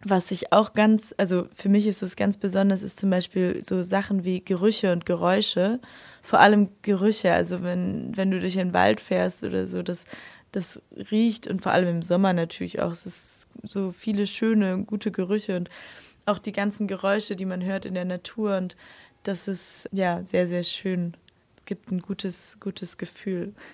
Was ich auch also für mich ist es ganz besonders, ist zum Beispiel so Sachen wie Gerüche und Geräusche, vor allem Gerüche, also wenn du durch den Wald fährst oder so, das riecht und vor allem im Sommer natürlich auch, es ist so viele schöne, gute Gerüche und auch die ganzen Geräusche, die man hört in der Natur und das ist ja sehr, sehr schön, gibt ein gutes Gefühl.